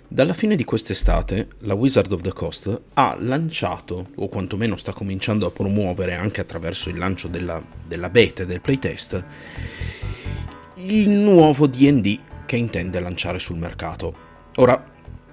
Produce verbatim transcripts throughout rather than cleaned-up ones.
Dalla fine di quest'estate, la Wizard of the Coast ha lanciato, o quantomeno sta cominciando a promuovere anche attraverso il lancio della, della beta e del playtest, il nuovo D and D che intende lanciare sul mercato. Ora,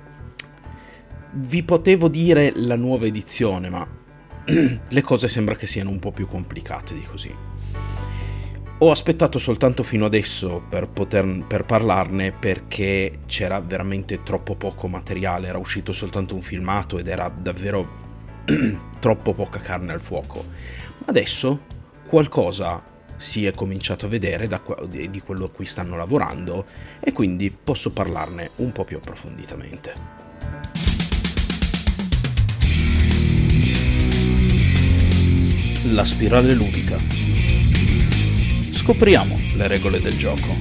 vi potevo dire la nuova edizione, ma le cose sembra che siano un po' più complicate di così. Ho aspettato soltanto fino adesso per poter per parlarne perché c'era veramente troppo poco materiale, era uscito soltanto un filmato ed era davvero troppo poca carne al fuoco. Ma adesso qualcosa si è cominciato a vedere da, di quello a cui stanno lavorando e quindi posso parlarne un po' più approfonditamente. La spirale ludica. Scopriamo le regole del gioco.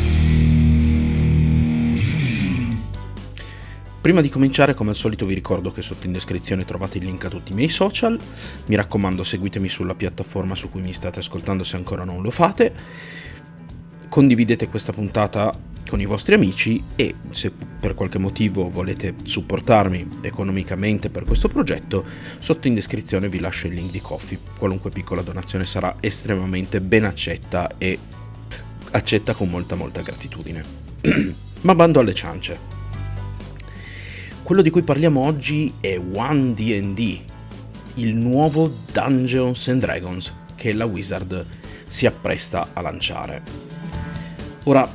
Prima di cominciare, come al solito, vi ricordo che sotto in descrizione trovate il link a tutti i miei social. Mi raccomando, seguitemi sulla piattaforma su cui mi state ascoltando se ancora non lo fate. Condividete questa puntata con i vostri amici e se per qualche motivo volete supportarmi economicamente per questo progetto, sotto in descrizione vi lascio il link di Ko-fi. Qualunque piccola donazione sarà estremamente ben accetta e accetta con molta molta gratitudine. Ma bando alle ciance. Quello di cui parliamo oggi è One D and D, il nuovo Dungeons and Dragons che la Wizard si appresta a lanciare. Ora,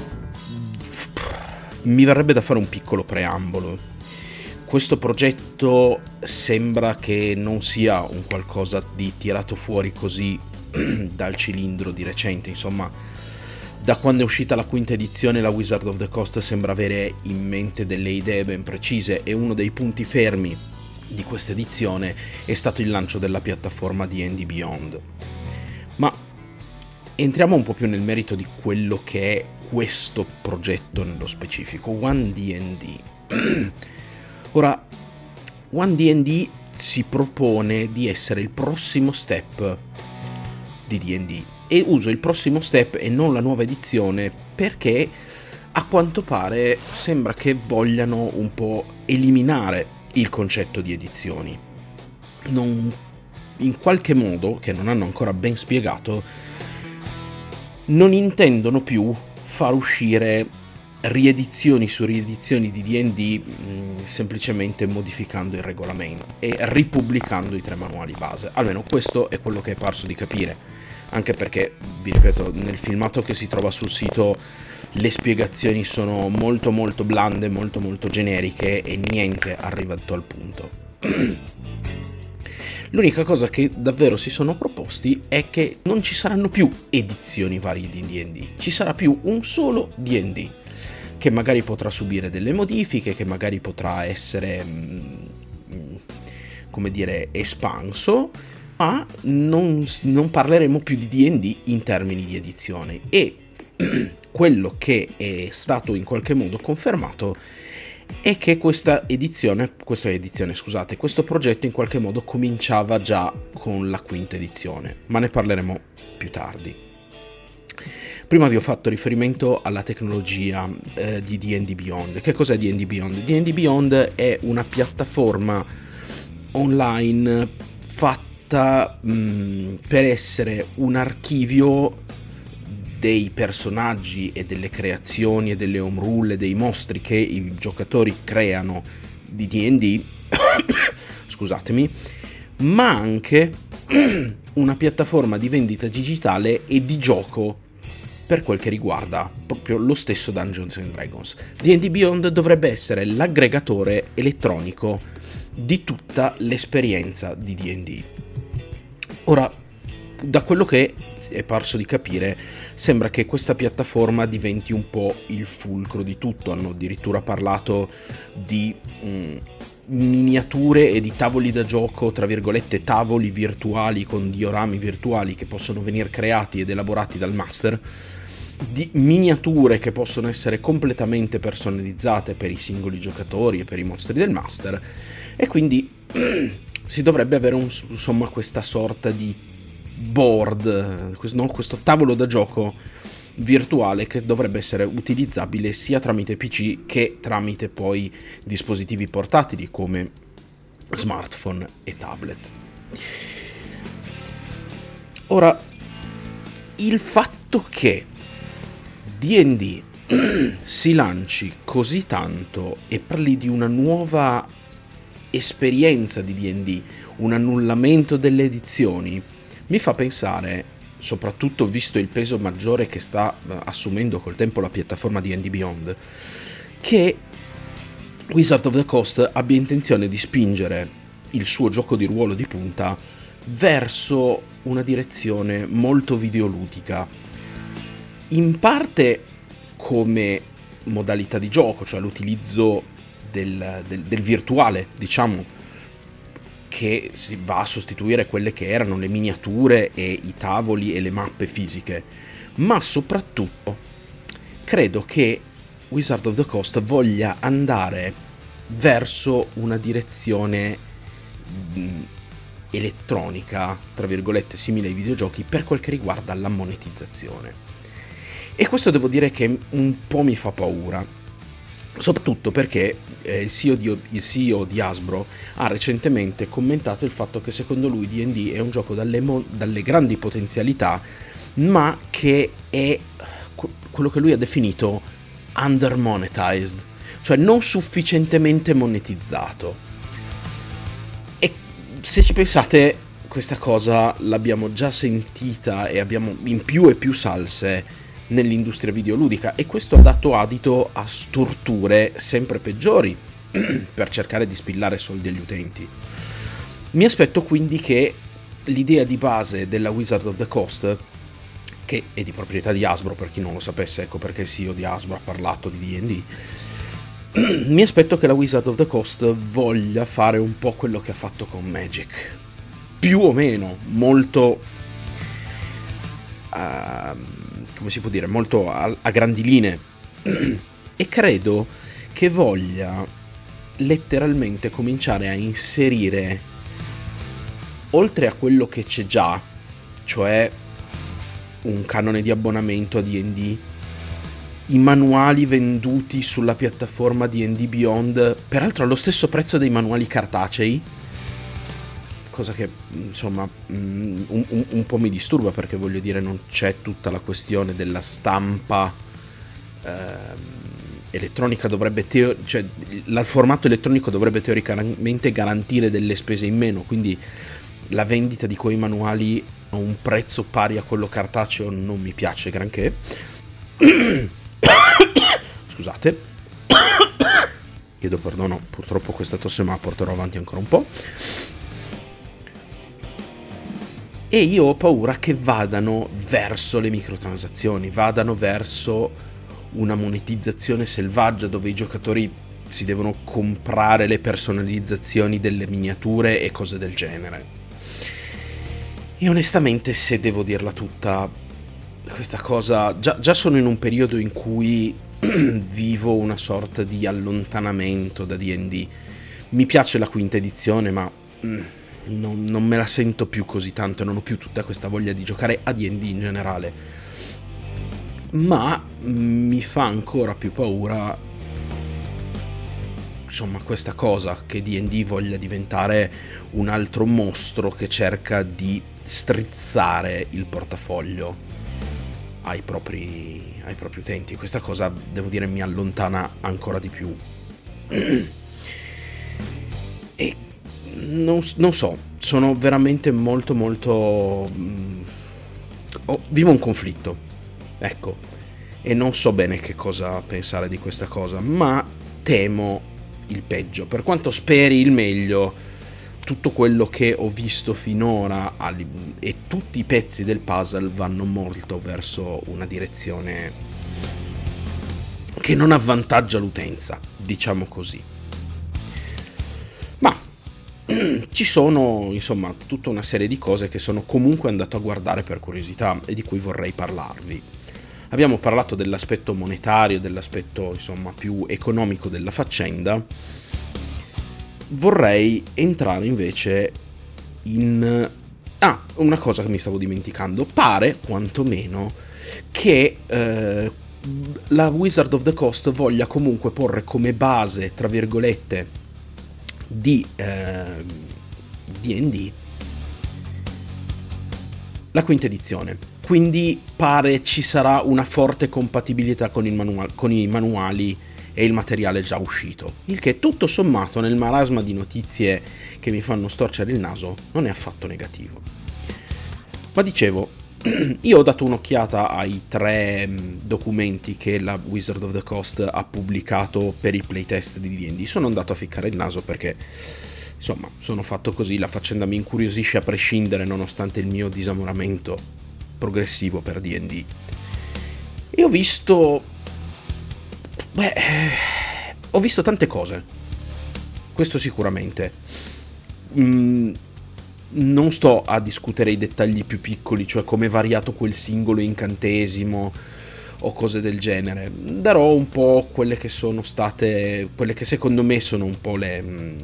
mi verrebbe da fare un piccolo preambolo. Questo progetto sembra che non sia un qualcosa di tirato fuori così dal cilindro di recente, insomma, da quando è uscita la quinta edizione la Wizard of the Coast sembra avere in mente delle idee ben precise e uno dei punti fermi di questa edizione è stato il lancio della piattaforma D and D Beyond. Ma entriamo un po' più nel merito di quello che è questo progetto nello specifico, One D and D. Ora, One D and D si propone di essere il prossimo step di D and D e uso il prossimo step e non la nuova edizione perché a quanto pare sembra che vogliano un po' eliminare il concetto di edizioni. Non, in qualche modo, che non hanno ancora ben spiegato, non intendono più far uscire riedizioni su riedizioni di D and D mh, semplicemente modificando il regolamento e ripubblicando i tre manuali base. Almeno questo è quello che è parso di capire, anche perché, vi ripeto, nel filmato che si trova sul sito le spiegazioni sono molto molto blande, molto molto generiche e niente arrivato al punto. L'unica cosa che davvero si sono proposti è che non ci saranno più edizioni varie di D and D, ci sarà più un solo D and D, che magari potrà subire delle modifiche, che magari potrà essere, come dire, espanso, ma non, non parleremo più di D and D in termini di edizione. E quello che è stato in qualche modo confermato è che questa edizione, questa edizione, scusate, questo progetto in qualche modo cominciava già con la quinta edizione, ma ne parleremo più tardi. Prima vi ho fatto riferimento alla tecnologia eh, di D and D Beyond. Che cos'è D and D Beyond? D and D Beyond è una piattaforma online fatta mh, per essere un archivio dei personaggi e delle creazioni e delle home rule, dei mostri che i giocatori creano di D and D, scusatemi, ma anche una piattaforma di vendita digitale e di gioco per quel che riguarda proprio lo stesso Dungeons and Dragons. D and D Beyond dovrebbe essere l'aggregatore elettronico di tutta l'esperienza di D and D. Ora, da quello che è parso di capire, sembra che questa piattaforma diventi un po' il fulcro di tutto. Hanno addirittura parlato di mh, miniature e di tavoli da gioco, tra virgolette tavoli virtuali con diorami virtuali che possono venire creati ed elaborati dal master, di miniature che possono essere completamente personalizzate per i singoli giocatori e per i mostri del master, e quindi si dovrebbe avere un, insomma questa sorta di board, questo, no, questo tavolo da gioco virtuale che dovrebbe essere utilizzabile sia tramite P C che tramite poi dispositivi portatili come smartphone e tablet. Ora, il fatto che D and D si lanci così tanto e parli di una nuova esperienza di D and D, un annullamento delle edizioni, mi fa pensare, soprattutto visto il peso maggiore che sta assumendo col tempo la piattaforma D and D Beyond, che Wizard of the Coast abbia intenzione di spingere il suo gioco di ruolo di punta verso una direzione molto videoludica, in parte come modalità di gioco, cioè l'utilizzo del, del, del virtuale, diciamo, che si va a sostituire quelle che erano le miniature e i tavoli e le mappe fisiche, ma soprattutto credo che Wizard of the Coast voglia andare verso una direzione mh, elettronica, tra virgolette, simile ai videogiochi per quel che riguarda la monetizzazione. E questo devo dire che un po' mi fa paura, soprattutto perché eh, il, C E O di, il C E O di Hasbro ha recentemente commentato il fatto che secondo lui D and D è un gioco dalle, mo- dalle grandi potenzialità, ma che è quello che lui ha definito under monetized, cioè non sufficientemente monetizzato. E se ci pensate, questa cosa l'abbiamo già sentita e abbiamo in più e più salse nell'industria videoludica, e questo ha dato adito a storture sempre peggiori per cercare di spillare soldi agli utenti. Mi aspetto quindi che l'idea di base della Wizard of the Coast, che è di proprietà di Hasbro per chi non lo sapesse, ecco perché il C E O di Hasbro ha parlato di D and D, mi aspetto che la Wizard of the Coast voglia fare un po' quello che ha fatto con Magic, più o meno, molto uh, come si può dire, molto a, a grandi linee, e credo che voglia letteralmente cominciare a inserire, oltre a quello che c'è già, cioè un canone di abbonamento a D and D, i manuali venduti sulla piattaforma D and D Beyond, peraltro allo stesso prezzo dei manuali cartacei, cosa che insomma un, un, un po' mi disturba, perché voglio dire non c'è tutta la questione della stampa eh, elettronica, dovrebbe teo- cioè il formato elettronico dovrebbe teoricamente garantire delle spese in meno, quindi la vendita di quei manuali a un prezzo pari a quello cartaceo non mi piace granché. Scusate, chiedo perdono, purtroppo questa tosse me la porterò avanti ancora un po'. E io ho paura che vadano verso le microtransazioni, vadano verso una monetizzazione selvaggia dove i giocatori si devono comprare le personalizzazioni delle miniature e cose del genere. E onestamente, se devo dirla tutta, questa cosa, già, già sono in un periodo in cui vivo una sorta di allontanamento da D and D. Mi piace la quinta edizione, ma mm, non, non me la sento più così tanto, non ho più tutta questa voglia di giocare a D and D in generale. Ma mi fa ancora più paura, insomma, questa cosa che D and D voglia diventare un altro mostro che cerca di strizzare il portafoglio ai propri, ai propri utenti. Questa cosa, devo dire, mi allontana ancora di più. E non, non so, sono veramente molto molto oh, vivo un conflitto, ecco, e non so bene che cosa pensare di questa cosa, ma temo il peggio. Per quanto speri il meglio, tutto quello che ho visto finora e tutti i pezzi del puzzle vanno molto verso una direzione che non avvantaggia l'utenza, diciamo così. Ma ci sono, insomma, tutta una serie di cose che sono comunque andato a guardare per curiosità e di cui vorrei parlarvi. Abbiamo parlato dell'aspetto monetario, dell'aspetto, insomma, più economico della faccenda. Vorrei entrare invece in... Ah, una cosa che mi stavo dimenticando. Pare, quantomeno, che eh, la Wizard of the Coast voglia comunque porre come base, tra virgolette, di eh, D and D la quinta edizione. Quindi pare ci sarà una forte compatibilità con, il manual- con i manuali e il materiale già uscito, il che tutto sommato nel marasma di notizie che mi fanno storcere il naso non è affatto negativo. Ma dicevo, io ho dato un'occhiata ai tre documenti che la Wizard of the Coast ha pubblicato per il playtest di D and D. Sono andato a ficcare il naso perché, insomma, sono fatto così, la faccenda mi incuriosisce a prescindere nonostante il mio disamoramento progressivo per D and D. E ho visto... Beh, ho visto tante cose, questo sicuramente. Mm, non sto a discutere i dettagli più piccoli, cioè come è variato quel singolo incantesimo o cose del genere. Darò un po' quelle che sono state, quelle che secondo me sono un po' le,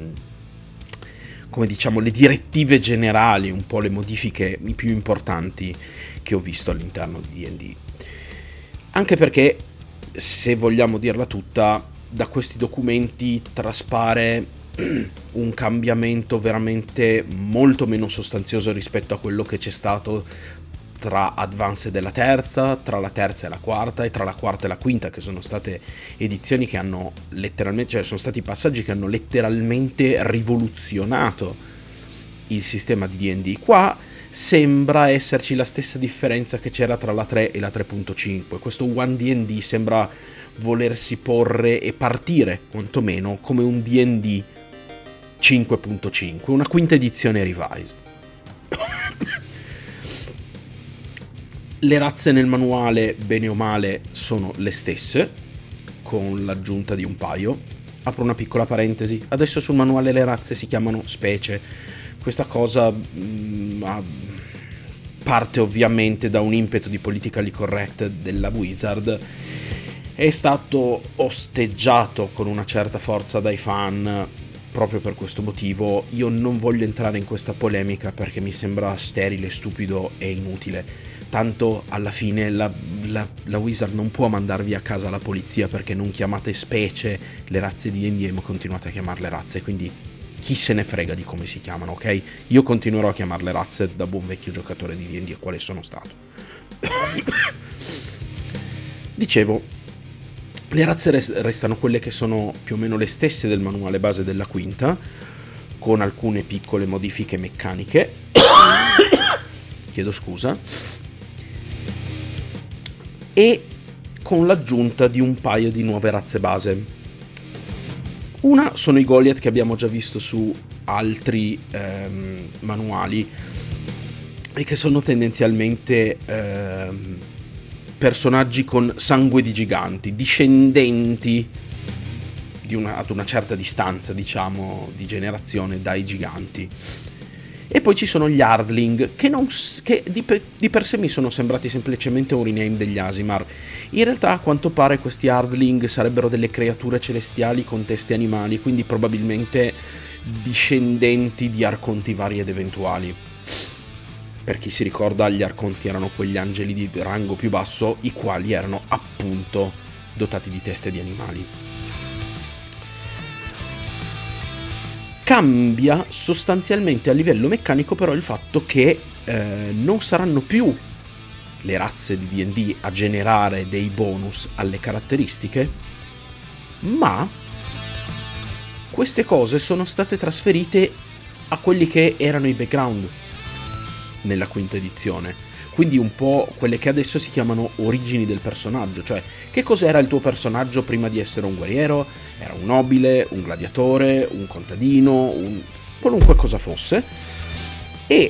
come diciamo, le direttive generali, un po' le modifiche più importanti che ho visto all'interno di D and D. Anche perché, se vogliamo dirla tutta, da questi documenti traspare un cambiamento veramente molto meno sostanzioso rispetto a quello che c'è stato tra Advanced e la terza, tra la terza e la quarta e tra la quarta e la quinta, che sono state edizioni che hanno letteralmente, cioè sono stati passaggi che hanno letteralmente rivoluzionato il sistema di D and D. Qua sembra esserci la stessa differenza che c'era tra la tre e la tre punto cinque. Questo One D and D sembra volersi porre e partire quantomeno come un D and D cinque punto cinque, una quinta edizione revised. Le razze nel manuale, bene o male, sono le stesse, con l'aggiunta di un paio. Apro una piccola parentesi, adesso sul manuale le razze si chiamano specie. Questa cosa mh, parte ovviamente da un impeto di politically correct della Wizard. È stato osteggiato con una certa forza dai fan proprio per questo motivo. Io non voglio entrare in questa polemica perché mi sembra sterile, stupido e inutile. Tanto alla fine la, la, la Wizard non può mandarvi a casa la polizia perché non chiamate specie le razze di D and D ma continuate a chiamarle razze, quindi chi se ne frega di come si chiamano, ok? Io continuerò a chiamarle razze da buon vecchio giocatore di D and D quale sono stato. Dicevo, le razze restano quelle che sono più o meno le stesse del manuale base della quinta, con alcune piccole modifiche meccaniche. Chiedo scusa. E con l'aggiunta di un paio di nuove razze base. Una sono i Goliath che abbiamo già visto su altri ehm, manuali e che sono tendenzialmente ehm, personaggi con sangue di giganti, discendenti di una, ad una certa distanza, diciamo, di generazione dai giganti. E poi ci sono gli Hardling, che, non, che di, per, di per sé mi sono sembrati semplicemente un rename degli Aasimar. In realtà, a quanto pare, questi Hardling sarebbero delle creature celestiali con teste animali, quindi probabilmente discendenti di arconti vari ed eventuali. Per chi si ricorda, gli arconti erano quegli angeli di rango più basso, i quali erano appunto dotati di teste di animali. Cambia sostanzialmente a livello meccanico però il fatto che eh, non saranno più le razze di D and D a generare dei bonus alle caratteristiche, ma queste cose sono state trasferite a quelli che erano i background nella quinta edizione, quindi un po' quelle che adesso si chiamano origini del personaggio, cioè che cos'era il tuo personaggio prima di essere un guerriero? Era un nobile, un gladiatore, un contadino, un... qualunque cosa fosse, e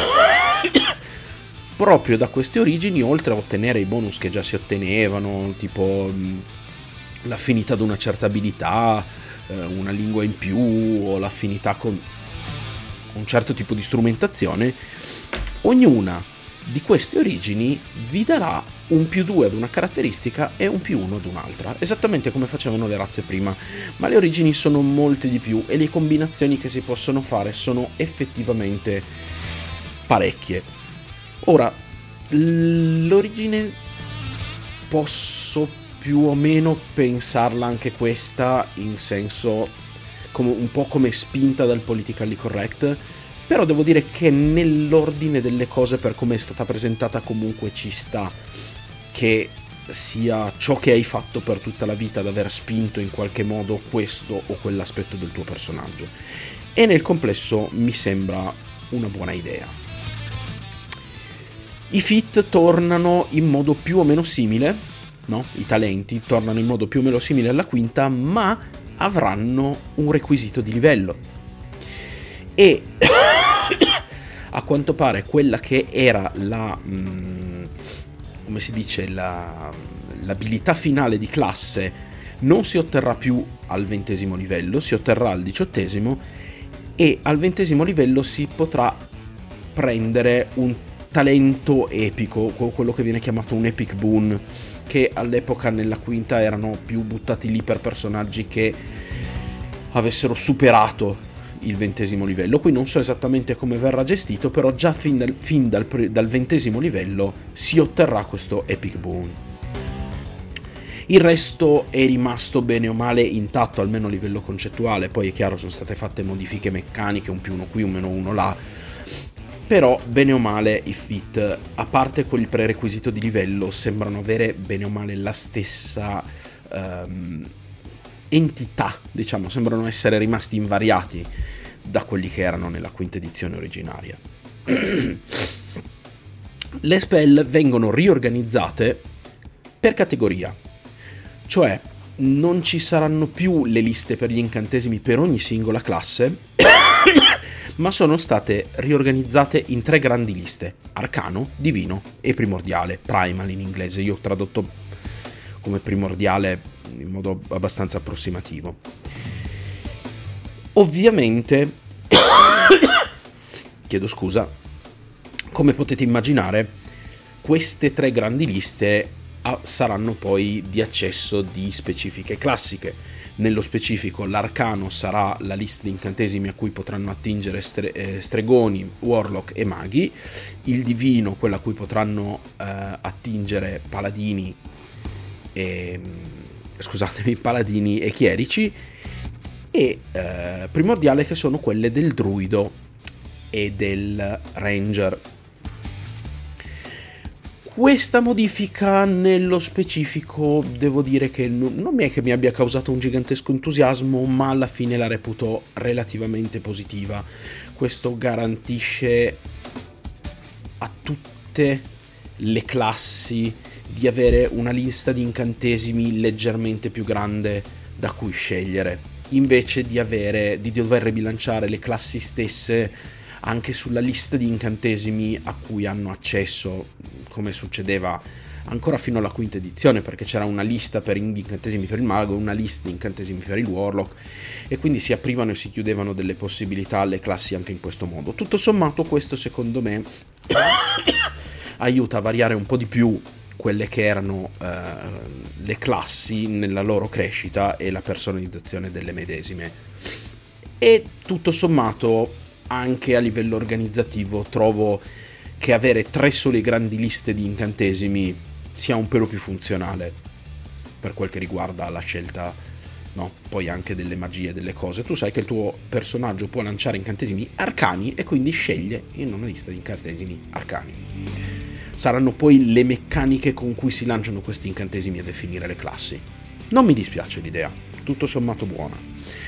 proprio da queste origini, oltre a ottenere i bonus che già si ottenevano, tipo l'affinità ad una certa abilità, una lingua in più o l'affinità con un certo tipo di strumentazione, ognuna di queste origini vi darà un più due ad una caratteristica e un più uno ad un'altra, esattamente come facevano le razze prima, ma le origini sono molte di più e le combinazioni che si possono fare sono effettivamente parecchie. Ora, l'origine posso più o meno pensarla anche questa in senso come, un po' come spinta dal politically correct, però devo dire che nell'ordine delle cose, per come è stata presentata, comunque ci sta che sia ciò che hai fatto per tutta la vita ad aver spinto in qualche modo questo o quell'aspetto del tuo personaggio, e nel complesso mi sembra una buona idea. I feat tornano in modo più o meno simile, no? I talenti tornano in modo più o meno simile alla quinta, ma avranno un requisito di livello, e a quanto pare quella che era la mh, come si dice la, l'abilità finale di classe non si otterrà più al ventesimo livello, si otterrà al diciottesimo, e al ventesimo livello si potrà prendere un talento epico, quello che viene chiamato un epic boon, che all'epoca nella quinta erano più buttati lì per personaggi che avessero superato il ventesimo livello. Qui non so esattamente come verrà gestito, però già fin dal, fin dal, dal ventesimo livello si otterrà questo epic boon. Il resto è rimasto bene o male intatto, almeno a livello concettuale. Poi è chiaro, sono state fatte modifiche meccaniche, un più uno qui, un meno uno là, però bene o male i feat, a parte quel prerequisito di livello, sembrano avere bene o male la stessa um, entità, diciamo, sembrano essere rimasti invariati da quelli che erano nella quinta edizione originaria. Le spell vengono riorganizzate per categoria, cioè non ci saranno più le liste per gli incantesimi per ogni singola classe, ma sono state riorganizzate in tre grandi liste: arcano, divino e primordiale, primal in inglese. Io ho tradotto come primordiale in modo abbastanza approssimativo. Ovviamente chiedo scusa, come potete immaginare, queste tre grandi liste saranno poi di accesso di specifiche classiche. Nello specifico l'arcano sarà la lista di incantesimi a cui potranno attingere stre- eh, stregoni, warlock e maghi, il divino quella a cui potranno eh, attingere paladini e scusatemi paladini e chierici, e eh, primordiale che sono quelle del druido e del ranger. Questa modifica nello specifico devo dire che non è che mi abbia causato un gigantesco entusiasmo, ma alla fine la reputo relativamente positiva. Questo garantisce a tutte le classi di avere una lista di incantesimi leggermente più grande da cui scegliere, invece di avere di dover ribilanciare le classi stesse anche sulla lista di incantesimi a cui hanno accesso, come succedeva ancora fino alla quinta edizione, perché c'era una lista per gli incantesimi per il mago e una lista di incantesimi per il warlock, e quindi si aprivano e si chiudevano delle possibilità alle classi anche in questo modo. Tutto sommato questo secondo me aiuta a variare un po' di più quelle che erano eh, le classi nella loro crescita e la personalizzazione delle medesime, e tutto sommato anche a livello organizzativo trovo che avere tre sole grandi liste di incantesimi sia un pelo più funzionale per quel che riguarda la scelta, no, poi anche delle magie, delle cose. Tu sai che il tuo personaggio può lanciare incantesimi arcani e quindi sceglie in una lista di incantesimi arcani. Saranno poi le meccaniche con cui si lanciano questi incantesimi a definire le classi. Non mi dispiace l'idea, tutto sommato buona.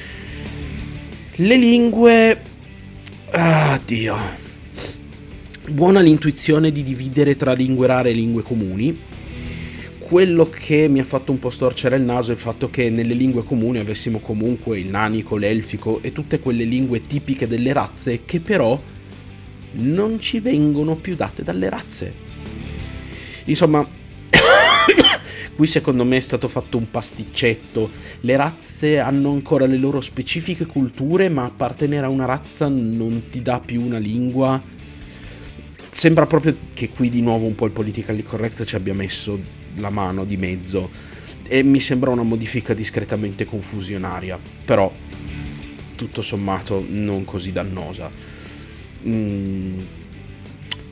Le lingue, ah Dio, buona l'intuizione di dividere tra lingue rare e lingue comuni. Quello che mi ha fatto un po' storcere il naso è il fatto che nelle lingue comuni avessimo comunque il nanico, l'elfico e tutte quelle lingue tipiche delle razze che però non ci vengono più date dalle razze. Insomma, qui secondo me è stato fatto un pasticcetto. Le razze hanno ancora le loro specifiche culture, ma appartenere a una razza non ti dà più una lingua. Sembra proprio che qui di nuovo un po' il politically correct ci abbia messo la mano di mezzo, e mi sembra una modifica discretamente confusionaria, però tutto sommato non così dannosa. Mm.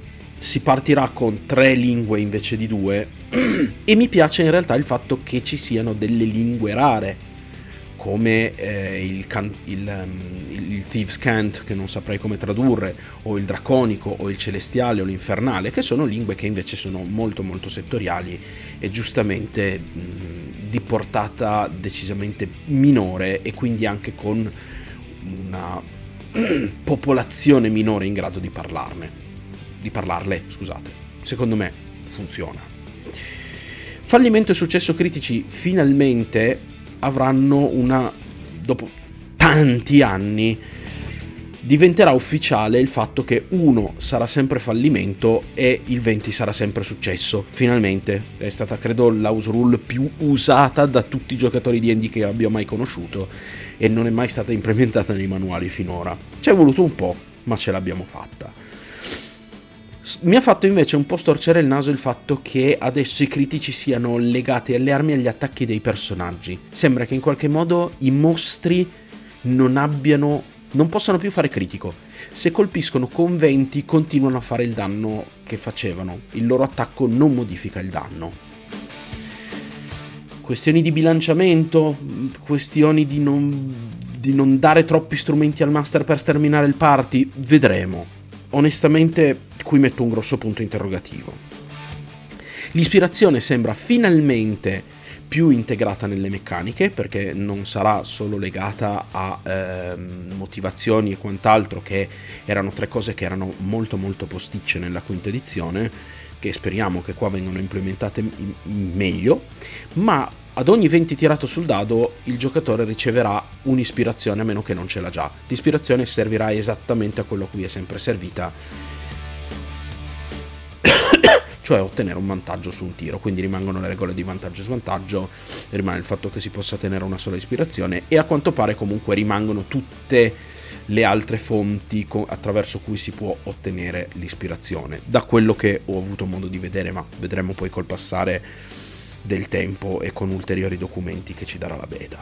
si partirà con tre lingue invece di due e mi piace in realtà il fatto che ci siano delle lingue rare come eh, il, can- il, um, il Thieves' Cant, che non saprei come tradurre, o il Draconico, o il Celestiale, o l'Infernale, che sono lingue che invece sono molto molto settoriali e giustamente mh, di portata decisamente minore e quindi anche con una popolazione minore in grado di parlarne, di parlarle, scusate. Secondo me funziona. Fallimento e successo critici finalmente avranno una, dopo tanti anni diventerà ufficiale il fatto che uno sarà sempre fallimento e il venti sarà sempre successo. Finalmente è stata, credo, la house rule più usata da tutti i giocatori di D and D che abbia mai conosciuto e non è mai stata implementata nei manuali finora. Ci è voluto un po', ma ce l'abbiamo fatta. Mi ha fatto invece un po' storcere il naso il fatto che adesso i critici siano legati alle armi e agli attacchi dei personaggi. Sembra che in qualche modo i mostri non abbiano, non possano più fare critico. Se colpiscono con venti continuano a fare il danno che facevano. Il loro attacco non modifica il danno. Questioni di bilanciamento, questioni di non, di non dare troppi strumenti al master per sterminare il party, vedremo. Onestamente qui metto un grosso punto interrogativo. L'ispirazione sembra finalmente più integrata nelle meccaniche, perché non sarà solo legata a eh, motivazioni e quant'altro, che erano tre cose che erano molto molto posticce nella quinta edizione, che speriamo che qua vengano implementate meglio, ma ad ogni venti tirato sul dado il giocatore riceverà un'ispirazione, a meno che non ce l'ha già. L'ispirazione servirà esattamente a quello a cui è sempre servita, cioè ottenere un vantaggio su un tiro. Quindi rimangono le regole di vantaggio e svantaggio, rimane il fatto che si possa tenere una sola ispirazione e a quanto pare comunque rimangono tutte le altre fonti attraverso cui si può ottenere l'ispirazione, da quello che ho avuto modo di vedere, ma vedremo poi col passare del tempo e con ulteriori documenti che ci darà la beta.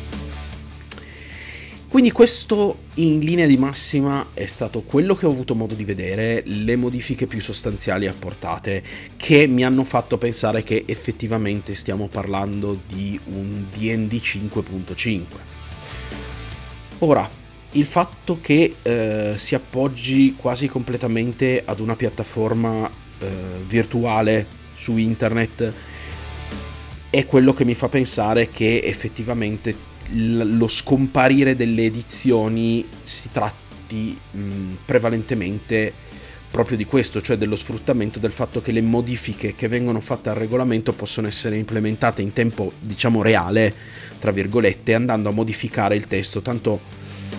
Quindi questo in linea di massima è stato quello che ho avuto modo di vedere, le modifiche più sostanziali apportate, che mi hanno fatto pensare che effettivamente stiamo parlando di un D and D cinque punto cinque. Ora, il fatto che eh, si appoggi quasi completamente ad una piattaforma eh, virtuale su internet è quello che mi fa pensare che effettivamente l- lo scomparire delle edizioni si tratti mh, prevalentemente proprio di questo, cioè dello sfruttamento del fatto che le modifiche che vengono fatte al regolamento possono essere implementate in tempo, diciamo, reale, tra virgolette, andando a modificare il testo, tanto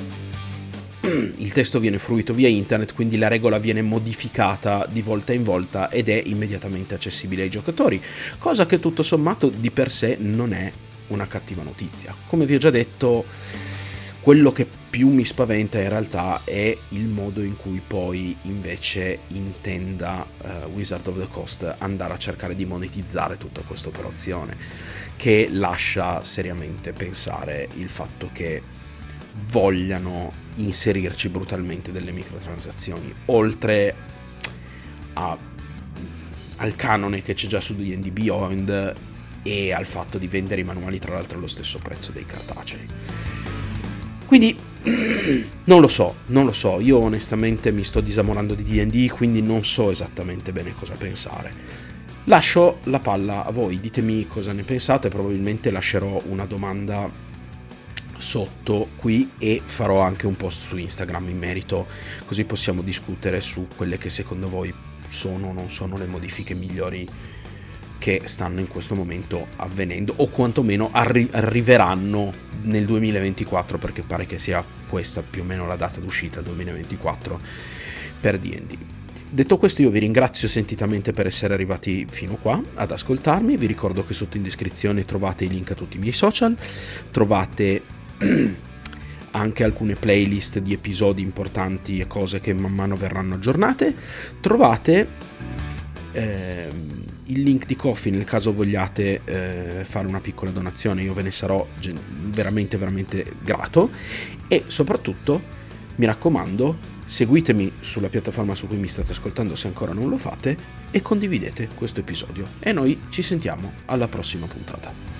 il testo viene fruito via internet, quindi la regola viene modificata di volta in volta ed è immediatamente accessibile ai giocatori, cosa che tutto sommato di per sé non è una cattiva notizia. Come vi ho già detto, quello che più mi spaventa in realtà è il modo in cui poi invece intenda uh, Wizard of the Coast andare a cercare di monetizzare tutta questa operazione, che lascia seriamente pensare il fatto che vogliano inserirci brutalmente delle microtransazioni, oltre a, al canone che c'è già su D and D Beyond e al fatto di vendere i manuali tra l'altro allo stesso prezzo dei cartacei. Quindi non lo so, non lo so, io onestamente mi sto disamorando di D and D, quindi non so esattamente bene cosa pensare. Lascio la palla a voi, ditemi cosa ne pensate, probabilmente lascerò una domanda sotto qui e farò anche un post su Instagram in merito, così possiamo discutere su quelle che secondo voi sono o non sono le modifiche migliori che stanno in questo momento avvenendo, o quantomeno arri- arriveranno nel duemilaventiquattro, perché pare che sia questa più o meno la data d'uscita, duemilaventiquattro, per D and D. Detto questo, io vi ringrazio sentitamente per essere arrivati fino qua ad ascoltarmi. Vi ricordo che sotto in descrizione trovate i link a tutti i miei social, trovate anche alcune playlist di episodi importanti e cose che man mano verranno aggiornate, trovate eh, il link di Ko-fi nel caso vogliate eh, fare una piccola donazione, io ve ne sarò veramente veramente grato, e soprattutto mi raccomando, seguitemi sulla piattaforma su cui mi state ascoltando se ancora non lo fate e condividete questo episodio. E noi ci sentiamo alla prossima puntata.